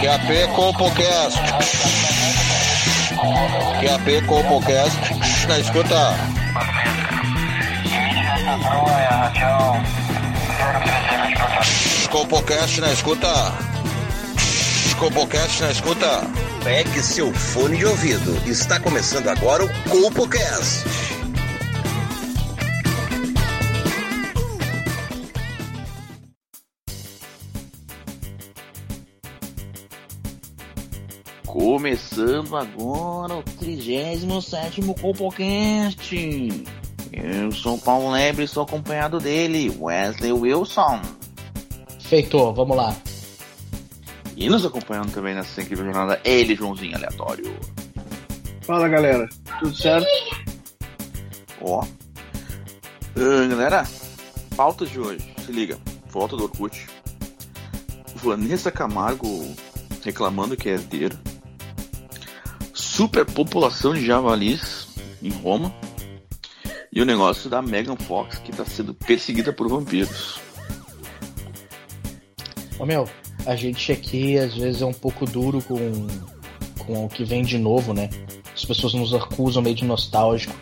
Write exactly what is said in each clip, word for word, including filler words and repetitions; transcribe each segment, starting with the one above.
Q A P Compocast. Q A P Compocast. Na escuta. Compocast na escuta. Compocast na escuta. Pegue seu fone de ouvido. Está começando agora o Compocast. Começando agora o trigésimo sétimo Compocast. Eu sou o Paulo Lebre e sou acompanhado dele, Wesley Wilson. Feito, vamos lá. E nos acompanhando também nessa incrível jornada, ele, Joãozinho Aleatório. Fala, galera, tudo certo? Ó, uh, galera, pautas de hoje, se liga, volta do Orkut. Vanessa Camargo reclamando que é herdeira. Superpopulação de javalis em Roma. E o negócio da Megan Fox, que está sendo perseguida por vampiros. Ô meu, a gente aqui às vezes é um pouco duro com, com o que vem de novo, né? As pessoas nos acusam meio de nostálgico.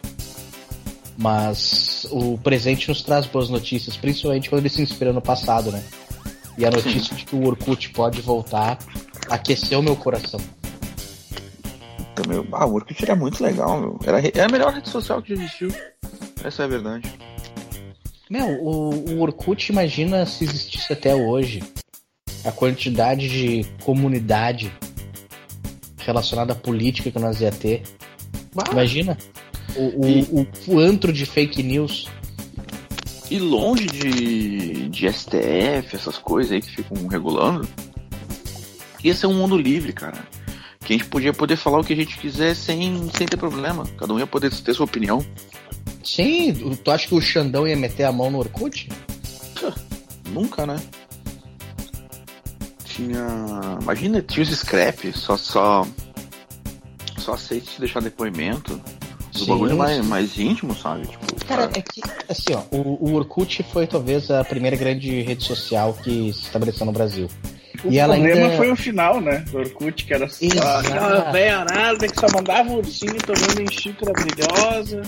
Mas o presente nos traz boas notícias, principalmente quando ele se inspira no passado, né? E a notícia de que o Orkut pode voltar aqueceu meu coração. Meu, ah, o Orkut era muito legal, meu. Era, era a melhor rede social que já existiu. Essa é a verdade. Meu, o, o Orkut, imagina se existisse até hoje. A quantidade de comunidade relacionada à política que nós ia ter. Ah. Imagina o, e, o, o, o antro de fake news. E longe de, de S T F, essas coisas aí que ficam regulando, ia ser um mundo livre, cara. Que a gente podia poder falar o que a gente quiser sem, sem ter problema. Cada um ia poder ter sua opinião. Sim, tu acha que o Xandão ia meter a mão no Orkut? Nunca, né? Tinha... Imagina, tinha os scrap, só, só, só aceita se deixar depoimento. Os bagulho mais, mais íntimo, sabe? Tipo, cara, cara, é que, assim, ó, o, o Orkut foi talvez a primeira grande rede social que se estabeleceu no Brasil. O e ela problema ainda... foi o final, né, do Orkut, que era só aquela velha arada que só mandava o ursinho tomando em xícara brilhosa.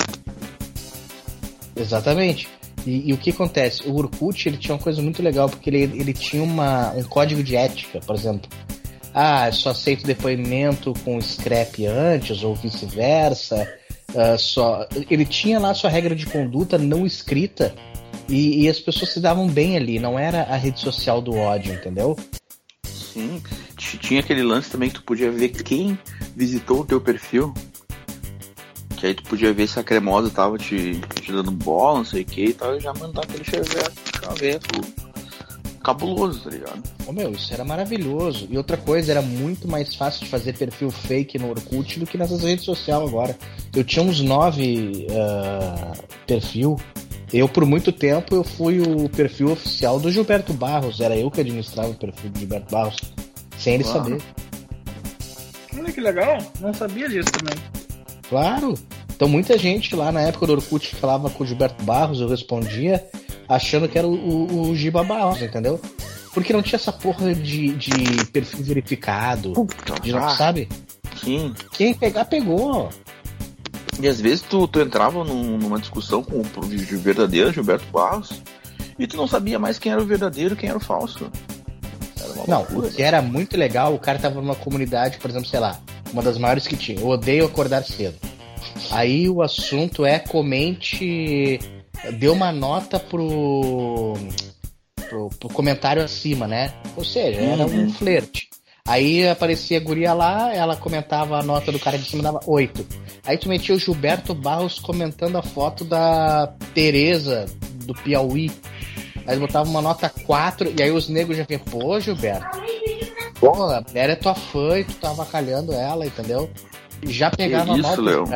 Exatamente. E, e o que acontece? O Orkut, ele tinha uma coisa muito legal, porque ele, ele tinha uma, um código de ética, por exemplo. Ah, só aceito depoimento com scrap antes, ou vice-versa. Uh, só... Ele tinha lá a sua regra de conduta não escrita. E, e as pessoas se davam bem ali, não era a rede social do ódio, entendeu? Sim, tinha aquele lance também que tu podia ver quem visitou o teu perfil. Que aí tu podia ver se a cremosa tava te, te dando bola, não sei o que e tal, e já mandar aquele chaveco cabuloso, tá ligado? Ô meu, isso era maravilhoso. E outra coisa, era muito mais fácil de fazer perfil fake no Orkut do que nessas redes sociais agora. Eu tinha uns nove uh, perfil. Eu, por muito tempo, eu fui o perfil oficial do Gilberto Barros. Era eu que administrava o perfil do Gilberto Barros, sem ele claro. saber. Olha que legal, não sabia disso também. Claro. Então muita gente lá na época do Orkut falava com o Gilberto Barros, eu respondia achando que era o, o, o Giba Barros, entendeu? Porque não tinha essa porra de, de perfil verificado, Puta, de não, sabe? Sim. Quem pegar, pegou. E às vezes tu, tu entrava num, numa discussão com o verdadeiro Gilberto Barros e tu não sabia mais quem era o verdadeiro e quem era o falso. Era uma não, loucura, o que era muito legal, o cara tava numa comunidade, por exemplo, sei lá, uma das maiores que tinha, eu odeio acordar cedo. Aí o assunto é comente, deu uma nota pro, pro, pro comentário acima, né? Ou seja, era uhum. um flerte. Aí aparecia a guria lá, ela comentava a nota do cara de cima, dava oito. Aí tu metia o Gilberto Barros comentando a foto da Tereza, do Piauí. Aí botava uma nota quatro, e aí os negros já vinham, pô, Gilberto, pô, a mulher é tua fã e tu tava avacalhando ela, entendeu? E já pegava que mal. Isso, Léo.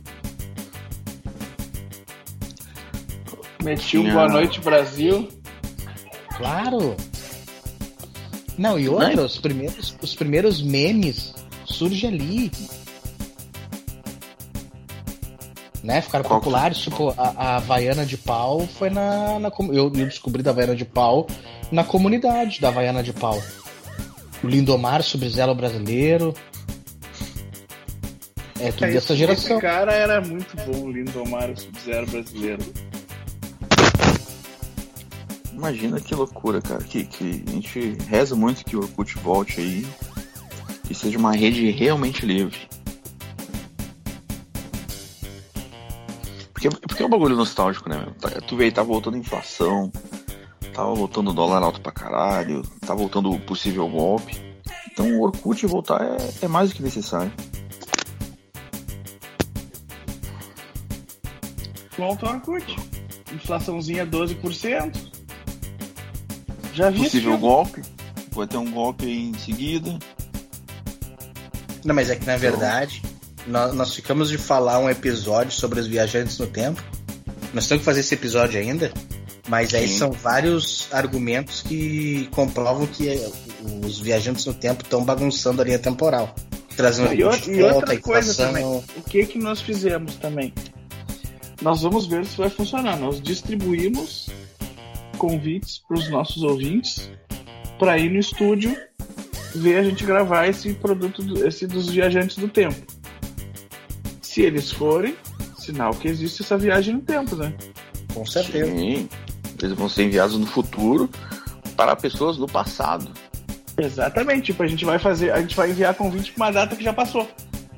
Metia um Boa Noite Brasil. Claro. Não, e outra, os primeiros, os primeiros memes surgem ali. Né? Ficaram Qual populares, que... tipo, a, a Havaiana de pau foi na, na... Eu, eu descobri da Havaiana de pau na comunidade da Havaiana de pau. o Lindomar Sub-Zero brasileiro. É tudo É, dessa esse- geração. Esse cara era muito bom, o Lindomar, o Sub-Zero brasileiro. Imagina que loucura, cara. Que, que a gente reza muito que o Orkut volte aí e seja uma rede realmente livre. Porque, porque é um bagulho nostálgico, né? Tá- Tu vê aí, tá voltando a inflação, tava voltando o dólar alto pra caralho, tá voltando o possível golpe. Então o Orkut voltar é, é mais do que necessário. Volta ao Orkut. Inflaçãozinha doze por cento. Já vi Possível esse golpe, vai ter um golpe aí em seguida. Não, mas é que na verdade nós, nós ficamos de falar um episódio sobre os viajantes no tempo. Nós temos que fazer esse episódio ainda, mas aí Sim. são vários argumentos que comprovam que eh, os viajantes no tempo estão bagunçando a linha temporal, trazendo E, outra, e outra a coisa inflação. também, o que que nós fizemos também? Nós vamos ver se vai funcionar. Nós distribuímos convites para os nossos ouvintes para ir no estúdio ver a gente gravar esse produto, do- esse dos viajantes do tempo. Se eles forem, sinal que existe essa viagem no tempo, né? Com certeza. Sim, eles vão ser enviados no futuro para pessoas no passado. Exatamente. Tipo, a gente vai fazer, a gente vai enviar convite para uma data que já passou.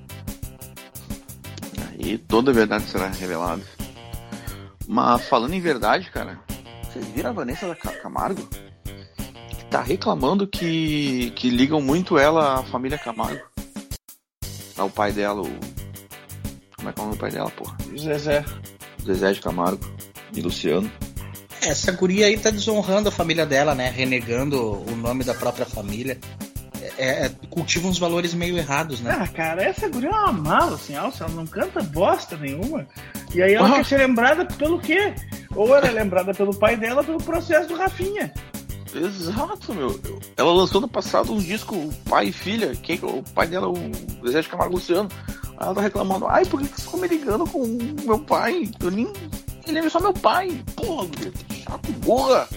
Aí toda a verdade será revelada. Mas falando em verdade, cara, vocês viram a Vanessa da Ca- Camargo? Que tá reclamando que, que ligam muito ela à família Camargo. Lá o pai dela, o... Como é que é o nome do pai dela, porra? Zezé. Zezé de Camargo e Luciano. Essa guria aí tá desonrando a família dela, né? Renegando o nome da própria família. É, é, cultiva uns valores meio errados, né? Ah, cara, essa guria é uma mala, assim, Alça, ela não canta bosta nenhuma. E aí ela Ah. quer ser lembrada pelo quê? Ou ela é lembrada pelo pai dela ou pelo processo do Rafinha. Exato, meu. Ela lançou no passado um disco, pai e filha. Quem, o pai dela, o Zezé de Camargo e Luciano. Aí ela tá reclamando, ai, por que você ficou me ligando com o meu pai? Eu nem... Ele é só meu pai. Porra, que chato, burra.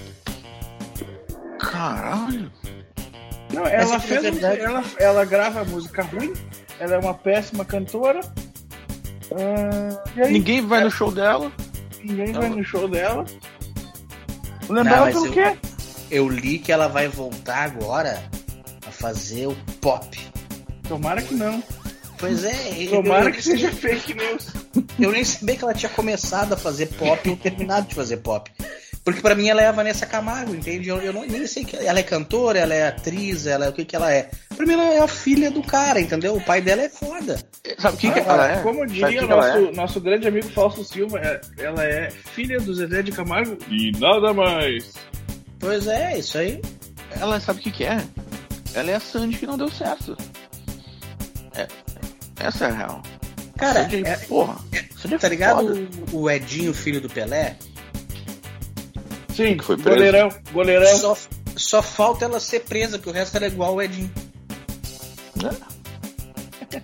Caralho. Não, ela é fez um, verdade. ela, ela grava música ruim, ela é uma péssima cantora. Ah, e aí, Ninguém vai no show dela. ninguém vai Ela- no show dela. Não, Lembrava mas pelo eu- quê? Eu li que ela vai voltar agora a fazer o pop. Tomara que não. Pois é, eu, Tomara eu, que seja fake news. eu nem sabia que ela tinha começado a fazer pop ou terminado de fazer pop. Porque pra mim ela é a Vanessa Camargo, entende? Eu, eu não, nem sei que ela é cantora, ela é atriz, ela é o que que ela é. Pra mim ela é a filha do cara, entendeu? O pai dela é foda. Sabe quem que Ah, ela é? Como Sabe diria quem o que ela nosso, é? nosso grande amigo Fausto Silva, é- ela é filha do Zezé de Camargo e nada mais. Pois é, isso aí. Ela sabe o que que é? Ela é a Sandy que não deu certo. É, essa é a real. Cara, Sandy, é- porra. Sandy é tá ligado foda. o, o Edinho, filho do Pelé? Sim, Que foi preso. goleirão, goleirão. Só, só falta ela ser presa, que o resto era igual o Edinho. É.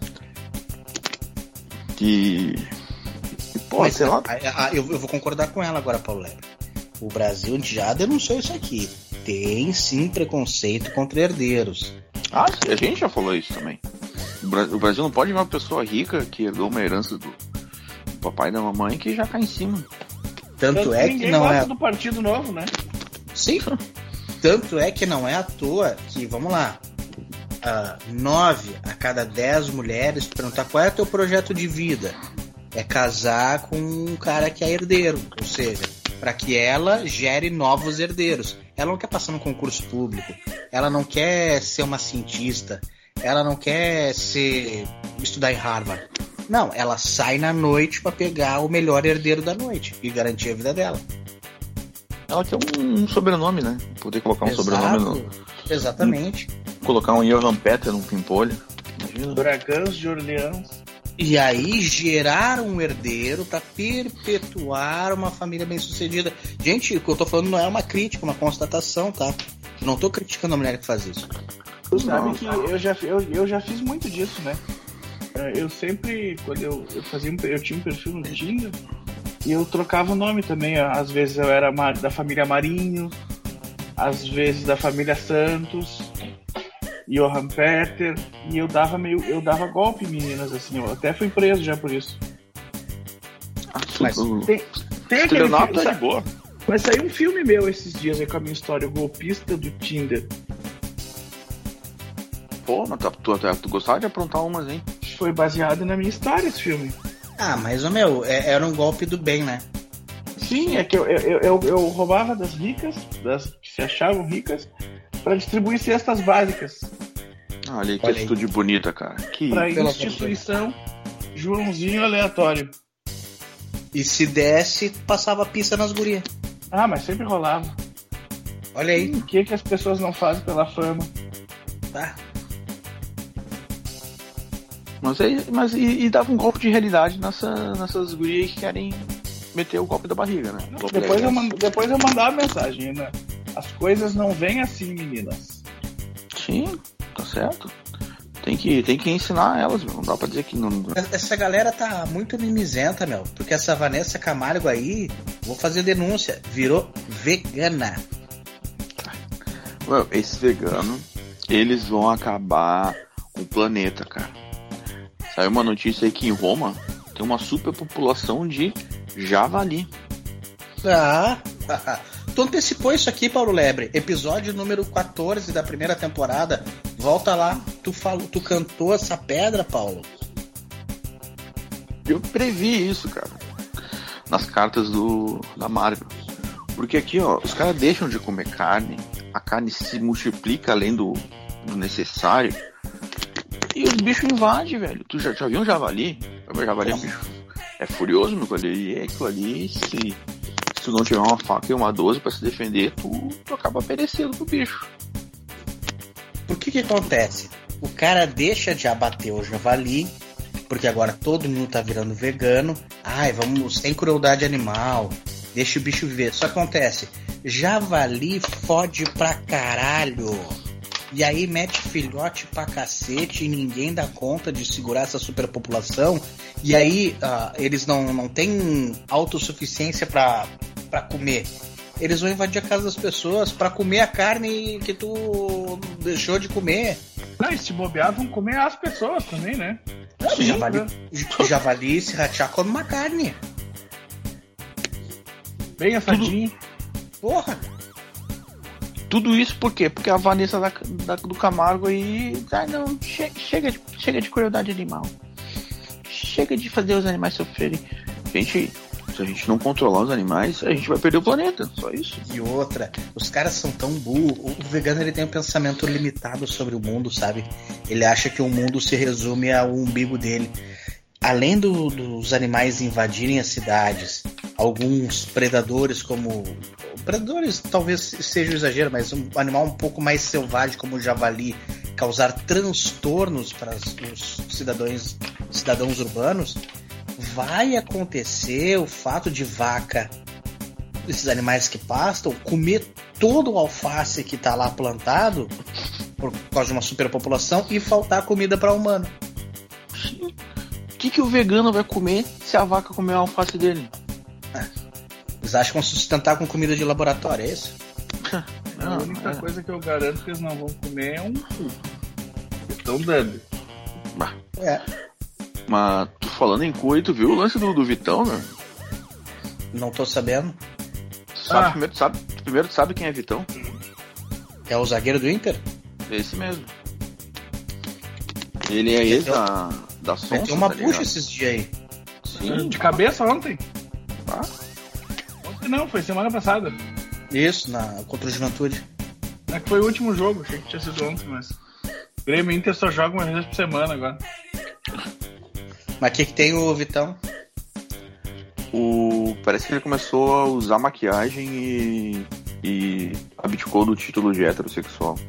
Que... que, Porra, Mas, sei lá. a- a- eu, eu vou concordar com ela agora, Paulo Lebre. O Brasil a gente já denunciou isso aqui. Tem sim preconceito contra herdeiros. Ah, sim, a gente já falou isso também. O Bra- o Brasil não pode ver uma pessoa rica que herdou uma herança do, do papai e da mamãe que já cai em cima. Tanto Tanto é que ninguém não gosta é. do Partido Novo, né? Sim. Tanto é que não é à toa que, vamos lá, ah, nove a cada dez mulheres perguntar qual é o teu projeto de vida. É casar com um cara que é herdeiro, ou seja, para que ela gere novos herdeiros. Ela não quer passar no concurso público, ela não quer ser uma cientista, ela não quer ser estudar em Harvard. Não, ela sai na noite para pegar o melhor herdeiro da noite e garantir a vida dela. Ela quer um, um sobrenome, né? Poder colocar um Exato, sobrenome no... Exatamente. Colocar um Johan Peter num pimpolho. Imagina. Dragãos de Orleans. E aí gerar um herdeiro para perpetuar uma família bem sucedida. Gente, o que eu tô falando não é uma crítica, uma constatação, tá? Eu não tô criticando a mulher que faz isso. Tu sabe que eu já, eu, eu já fiz muito disso, né? Eu sempre, quando eu, eu fazia um, eu tinha um perfil no Tinder e eu trocava o nome também. Às vezes eu era da família Marinho, às vezes da família Santos. Johan Peter, e eu dava meio. Eu dava golpe em meninas, assim, eu até fui preso já por isso. Ah, Mas Tem, tem aquele estelionato filme, é de boa. Mas saiu um filme meu esses dias aí com a minha história, o golpista do Tinder. Pô, mas tu, tu, tu, tu gostava de aprontar umas, hein? Foi baseado na minha história esse filme. Ah, mas, ô meu, é- era um golpe do bem, né? Sim, é que eu, eu, eu, eu roubava das ricas, das que se achavam ricas, pra distribuir cestas básicas. Ah, olha aí, que Olha aí. atitude bonita, cara. Que... Pra Pelo amor de instituição, Joãozinho aleatório. E se desse, passava pista nas gurias. Ah, mas sempre rolava. Olha aí. O que, que as pessoas não fazem pela fama? Tá. Mas, aí, mas e, e dava um golpe de realidade nessa, nessas gurias que querem meter o golpe da barriga, né? Golpe Depois da eu, graça. mand- depois eu mandava a mensagem, né? As coisas não vêm assim, meninas. Sim, tá certo. Tem que, tem que ensinar elas, meu. Não dá pra dizer que não. Essa galera tá muito mimizenta, meu. Porque essa Vanessa Camargo aí, vou fazer denúncia, virou vegana. Meu, esses veganos, eles vão acabar com o planeta, cara. Saiu uma notícia aí que em Roma tem uma superpopulação de javali. Ah, tu antecipou isso aqui, Paulo Lebre. Episódio número quatorze da primeira temporada. Volta lá. Tu falou, tu cantou essa pedra, Paulo? Eu previ isso, cara. Nas cartas do da Marvel. Porque aqui, ó, os caras deixam de comer carne, a carne se multiplica além do, do necessário, e os bichos invadem, velho. Tu já, já viu um javali? O javali é um bicho. É furioso, meu, aquilo ali. É aquilo ali, se, se tu não tiver uma faca e uma doze pra se defender, tu, tu acaba perecendo pro bicho. Por que que acontece? O cara deixa de abater o javali, porque agora todo mundo tá virando vegano. Ai, vamos, sem crueldade animal, deixa o bicho viver. Só acontece, javali fode pra caralho. E aí mete filhote pra cacete e ninguém dá conta de segurar essa superpopulação. E aí uh, eles não, não têm autossuficiência pra, pra comer. Eles vão invadir a casa das pessoas pra comer a carne que tu deixou de comer. Não, e se bobear, vão comer as pessoas também, né? Sim, javali, javali se ratear come uma carne. Bem assadinho. Porra. Tudo isso por quê? Porque a Vanessa da, da- do Camargo aí. Ah, não, che- chega, de, chega de crueldade animal. Chega de fazer os animais sofrerem. Gente, se a gente não controlar os animais, a gente vai perder o planeta. Só isso. E outra, os caras são tão burros. O vegano ele tem um pensamento limitado sobre o mundo, sabe? Ele acha que o mundo se resume ao umbigo dele. Além do- dos animais invadirem as cidades, alguns predadores como... Predadores talvez seja um exagero, mas um animal um pouco mais selvagem como o javali causar transtornos para os cidadãos, cidadãos urbanos, vai acontecer o fato de vaca, esses animais que pastam, comer todo o alface que está lá plantado por causa de uma superpopulação e faltar comida para humano. O que, que o vegano vai comer se a vaca comer a alface dele? Eles acham que vão sustentar com comida de laboratório, é isso? A única é. coisa que eu garanto que eles não vão comer é um cu. Estão dando. Bah. É. Mas tu falando em cu aí, tu viu o lance do, do Vitão, né? Não tô sabendo. Tu sabe, Ah. primeiro, tu sabe, primeiro tu sabe quem é Vitão? É o zagueiro do Inter? Esse mesmo. Ele é ex da, da Sonsa, Meteu uma tá bucha ligado? esses dias aí. Sim. De cabeça ontem? Ah, Ontem não, foi semana passada. Isso, na, contra o Juventude. É que foi o último jogo, achei que tinha sido ontem, mas. Grêmio e Inter só jogam uma vez por semana agora. Mas o que, que tem o Vitão? o, parece que ele começou a usar maquiagem e, e abdicou do título de heterossexual.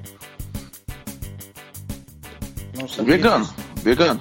Não sabia Vegano, disso. vegano.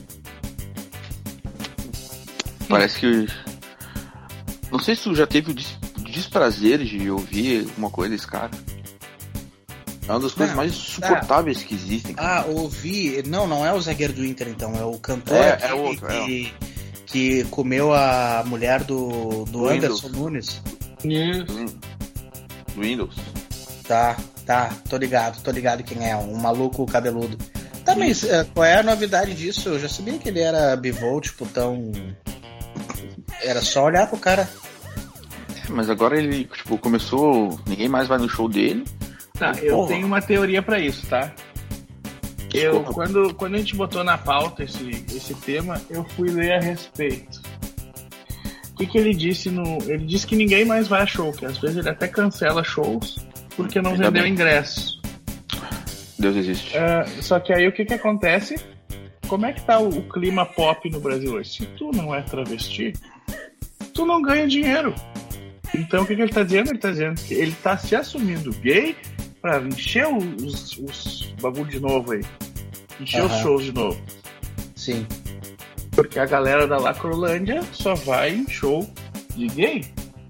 Parece que... Não sei se tu já teve o des- desprazer de ouvir alguma coisa desse cara. É uma das coisas Não, mais insuportáveis que existem. Ah, ouvi. Não, não é o zagueiro do Inter, então. É o cantor É, que, é outro, é que, que comeu a mulher do, do Do Anderson Windows. Nunes. Isso. Do Windows. Tá, Tá, tô ligado, tô ligado quem é, um maluco cabeludo. Tá, mas uh, qual é a novidade disso? Eu já sabia que ele era bivolt, tipo, tão... Era só olhar pro cara. Mas agora ele, tipo, começou... Ninguém mais vai no show dele. Tá, eu Porra. tenho uma teoria pra isso, tá? Eu, quando, quando a gente botou na pauta esse, esse tema, eu fui ler a respeito. O que, que ele disse no... Ele disse que ninguém mais vai a show, que às vezes ele até cancela shows porque não Ainda vendeu bem. ingressos. Deus existe. Uh, só que aí o que, que acontece? Como é que tá o, o clima pop no Brasil hoje? Se tu não é travesti, tu não ganha dinheiro. Então o que, que ele tá dizendo? Ele tá dizendo que ele tá se assumindo gay pra encher os, os bagulho de novo aí. Encher uhum. os shows de novo. Sim. Porque a galera da Lacrolândia só vai em show de gay.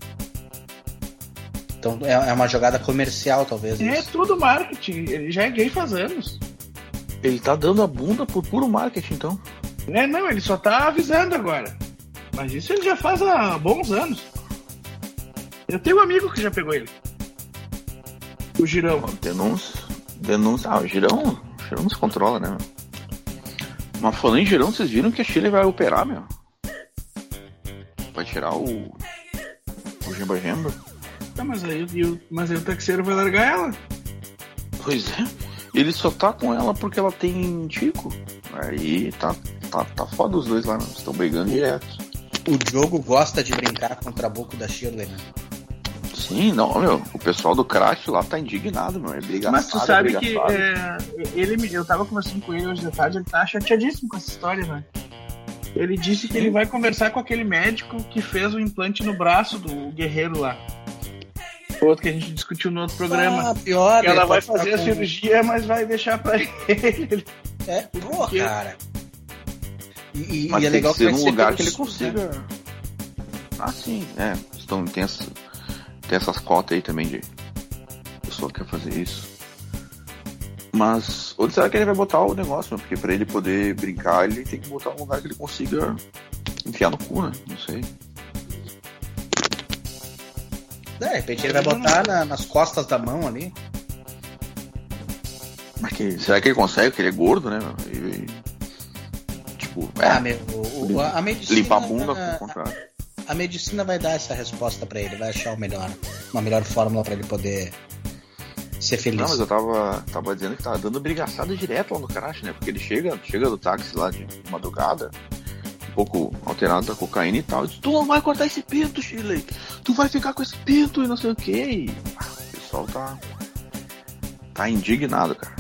Então é uma jogada comercial, talvez. É isso. Tudo marketing. Ele já é gay faz anos. Ele tá dando a bunda por puro marketing, então. É, não, ele só tá avisando agora. Mas isso ele já faz há bons anos. Eu tenho um amigo que já pegou ele. O Girão. Denúncia. Denúncia. Ah, o Girão. O Girão não se controla, né, meu? Mas falando em Girão, vocês viram que a Chile vai operar, meu? Vai tirar o. O Gemba Gemba. Tá, mas aí, eu, mas aí o taxeiro vai largar ela. Pois é. Ele só tá com ela porque ela tem tico. Aí tá, tá, tá foda os dois lá, não. Estão brigando direto. O Diogo gosta de brincar com o trabuco da Shirley, né? Sim, não, meu. O pessoal do crack lá tá indignado, meu. É brigaçado. Mas tu sabe que é, ele, eu tava conversando com ele hoje de tarde, ele tá chateadíssimo com essa história, né? Ele disse que Sim. ele vai conversar com aquele médico que fez o implante no braço do guerreiro lá. Outro que a gente discutiu no outro programa. Ah, pior, ela vai fazer a com... cirurgia, mas vai deixar pra ele. É, pô, cara. E, mas e é legal que ser num lugar que ele consiga. Né? Ah, sim, é. Então, tem, essa, tem essas cotas aí também de pessoa que quer fazer isso. Mas onde será que ele vai botar o negócio? Porque pra ele poder brincar, ele tem que botar um lugar que ele consiga enfiar no cu, né? Não sei. É, de repente ele vai botar na, nas costas da mão ali. Mas que, será que ele consegue? Porque ele é gordo, né? E, tipo, é, ah, meu, o, o, a medicina, limpar a bunda, a, com contrário. A medicina vai dar essa resposta pra ele, vai achar o melhor, uma melhor fórmula pra ele poder ser feliz. Não, mas eu tava, tava dizendo que tava dando brigaçada direto lá no crash, né? Porque ele chega, chega do táxi lá de madrugada, um pouco alterado da cocaína e tal. Diz, tu não vai cortar esse pinto, Shirley. Tu vai ficar com esse pinto e não sei o que. E ah, o pessoal tá tá indignado, cara.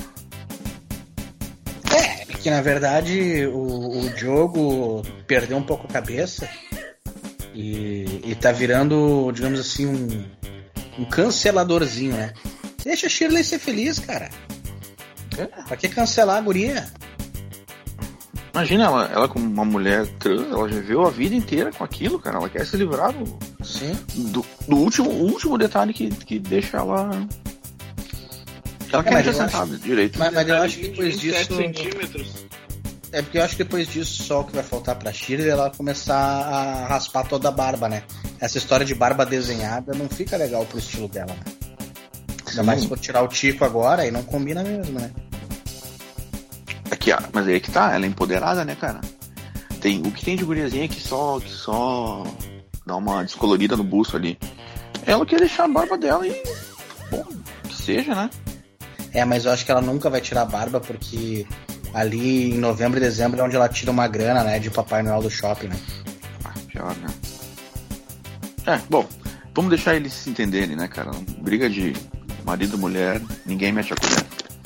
É, porque na verdade o, o Diogo perdeu um pouco a cabeça e, e tá virando, digamos assim, um, um canceladorzinho, né? Deixa a Shirley ser feliz, cara. É. Pra que cancelar a guria? Imagina ela, ela como uma mulher trans, ela já viveu a vida inteira com aquilo, cara. Ela quer se livrar do, Sim. do, do último, último detalhe que, que deixa ela. Ela é, quer ser sentada direito. Mas, mas eu acho que depois disso. centímetros. É porque eu acho que depois disso só o que vai faltar pra Shirley é ela começar a raspar toda a barba, né? Essa história de barba desenhada não fica legal pro estilo dela, né? Ainda mais se for tirar o tico agora, aí não combina mesmo, né? Aqui, ó, mas aí é que tá, ela é empoderada, né, cara? Tem, o que tem de guriazinha que só, que só dá uma descolorida no busto ali. Ela quer deixar a barba dela e, bom, que seja, né? É, mas eu acho que ela nunca vai tirar a barba porque ali em novembro e dezembro é onde ela tira uma grana, né, de Papai Noel do shopping, né? Ah, pior, né? É, bom, vamos deixar eles se entenderem, né, cara? Briga de marido e mulher, ninguém mete a colher.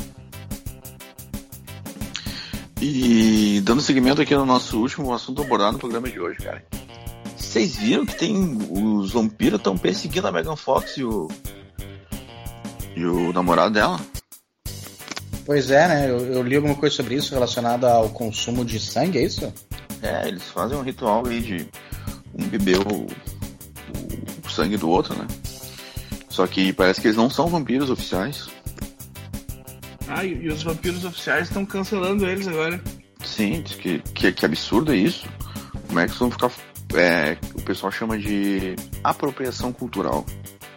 E dando seguimento aqui no nosso último assunto abordado no programa de hoje, cara. Vocês viram que tem os vampiros estão perseguindo a Megan Fox e o e o namorado dela? Pois é, né? Eu, eu li alguma coisa sobre isso relacionado ao consumo de sangue, é isso? É, eles fazem um ritual aí de um beber o, o sangue do outro, né? Só que parece que eles não são vampiros oficiais. Ah, e, e os vampiros oficiais estão cancelando eles agora. Sim, diz que, que, que absurdo é isso. Como é que eles vão ficar... É, o pessoal chama de apropriação cultural.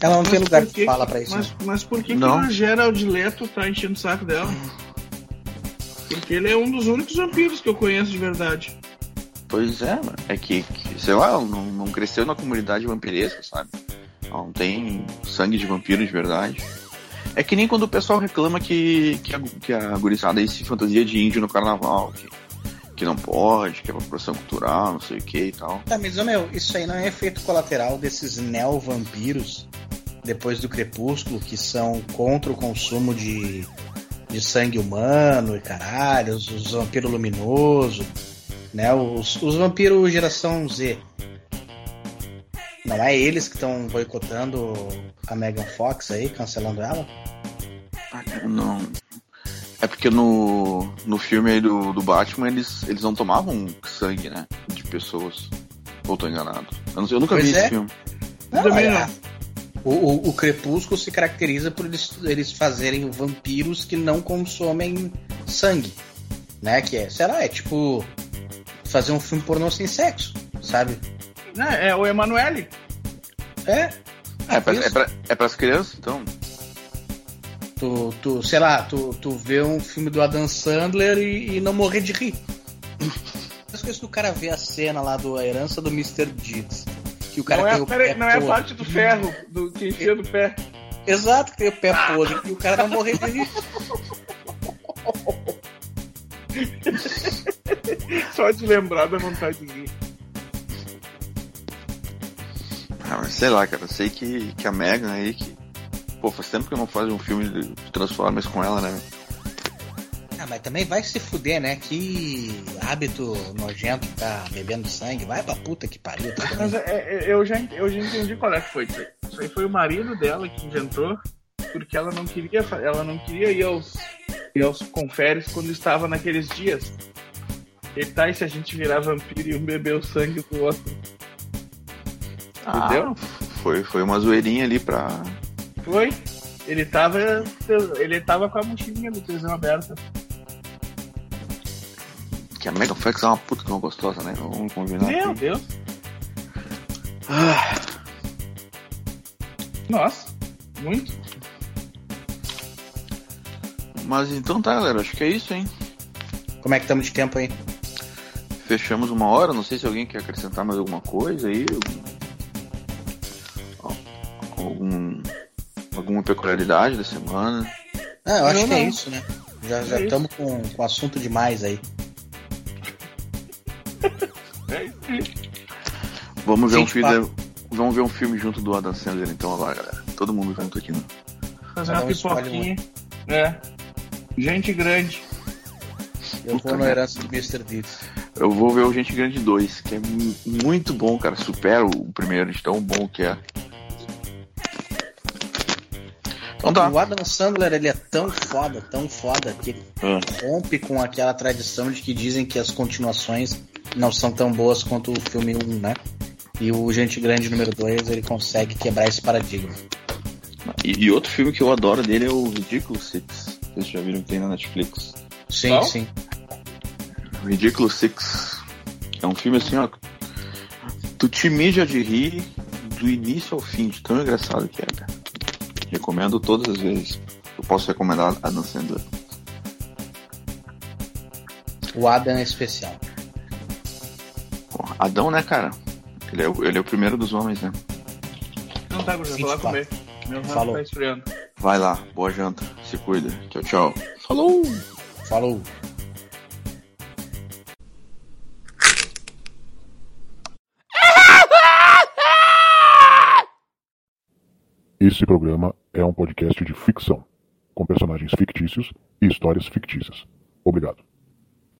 Ela não Mas tem lugar por que fala pra isso. Mas, né? mas por que, que Não. o Gerald Leto tá enchendo o saco dela? Porque ele é um dos únicos vampiros que eu conheço de verdade. Pois é, mano. É que, que, sei lá, ela não, não cresceu na comunidade vampiresca, sabe? Ela não tem sangue de vampiro de verdade. É que nem quando o pessoal reclama que, que, a, que a gurizada aí se fantasia de índio no carnaval, que, que não pode, que é apropriação cultural, não sei o que e tal. Tá, mas, ô, meu, isso aí não é efeito colateral desses neo-vampiros depois do Crepúsculo, que são contra o consumo de, de sangue humano e caralho, os, os vampiros luminosos, né? Os, os vampiros geração Z. Não é eles que estão boicotando a Megan Fox aí, cancelando ela? Ah, cara, não. É porque no, no filme aí do, do Batman eles, eles não tomavam sangue, né? De pessoas. Ou tô enganado? Eu, não sei, eu nunca Pois vi é. esse filme. Não, Também é, não. O, o, o Crepúsculo se caracteriza por eles, eles fazerem vampiros que não consomem sangue, né? Que é, sei lá, é tipo fazer um filme pornô sem sexo, sabe? É, é o Emanuele. É. É, pra, isso. é, pra, é pras crianças, então. Tu, tu, sei lá, tu, tu vê um filme do Adam Sandler e, e não morrer de rir. As coisas que o cara vê a cena lá do A Herança do mister Deeds. Que o cara Não, tem é, o pera aí, pé não é a podre. parte do ferro, do que enfia do pé. Exato, que tem o pé podre. E o cara não morrer de rir. Só de lembrar da vontade de rir. Ah, mas sei lá, cara. Eu sei que, que a Megan aí, que. Pô, faz tempo que eu não faço um filme de Transformers com ela, né? Ah, mas também vai se fuder, né? Que hábito nojento tá bebendo sangue. Vai pra puta que pariu. Tá Mas é, é, eu, já, eu já entendi qual é que foi isso aí. Isso aí foi o marido dela que inventou, porque ela não queria, fa- ela não queria ir aos, ir aos conferes quando estava naqueles dias. E tá, e se a gente virar vampiro e um beber o sangue do outro? Entendeu? Foi, foi uma zoeirinha ali pra. Foi. Ele tava, ele tava com a mochilinha do tesão aberta. Que a Megan Fox é uma puta que não gostosa, né? Vamos combinar. Meu aqui. Deus. Ah, Nossa, muito. mas então tá, galera. Acho que é isso, hein? Como é que estamos de tempo aí? Fechamos uma hora. Não sei se alguém quer acrescentar mais alguma coisa aí. Algum, algum- alguma peculiaridade da semana. Ah, eu acho Não, que é não. isso, né? Já É já isso. estamos com, com assunto demais aí. É isso aí. Vamos ver um Gente, filme. pá. Vamos ver um filme junto do Adam Sandler, então, agora, galera. Todo mundo junto aqui, né? Fazer Cada uma um escolhe pipoquinha. É. Gente grande. Eu Puta vou no merda. Herança do mister Deeds. Eu vou ver o Gente Grande dois, que é mu- muito bom, cara. Supera o primeiro de tão bom que é. Então tá. O Adam Sandler, ele é tão foda, tão foda, que ele Ah. rompe com aquela tradição de que dizem que as continuações não são tão boas quanto o filme um, né? E o Gente Grande número dois, ele consegue quebrar esse paradigma. E, e outro filme que eu adoro dele é o Ridiculous Six. Vocês já viram que tem na Netflix? Sim, Qual? sim. Ridiculous Six. É um filme assim, ó. Tu te mija de rir do início ao fim, de tão engraçado que é, cara. Recomendo todas as vezes. Eu posso recomendar a Dan Sandler. O Adam é especial. Pô, Adão, né, cara? Ele é, o- ele é o primeiro dos homens, né? Não tá, Gustavo, vou lá comer. Meu ramo Falou. tá esfriando. Vai lá, boa janta. Se cuida. Tchau, tchau. Falou! Falou. Esse programa é um podcast de ficção, com personagens fictícios e histórias fictícias. Obrigado.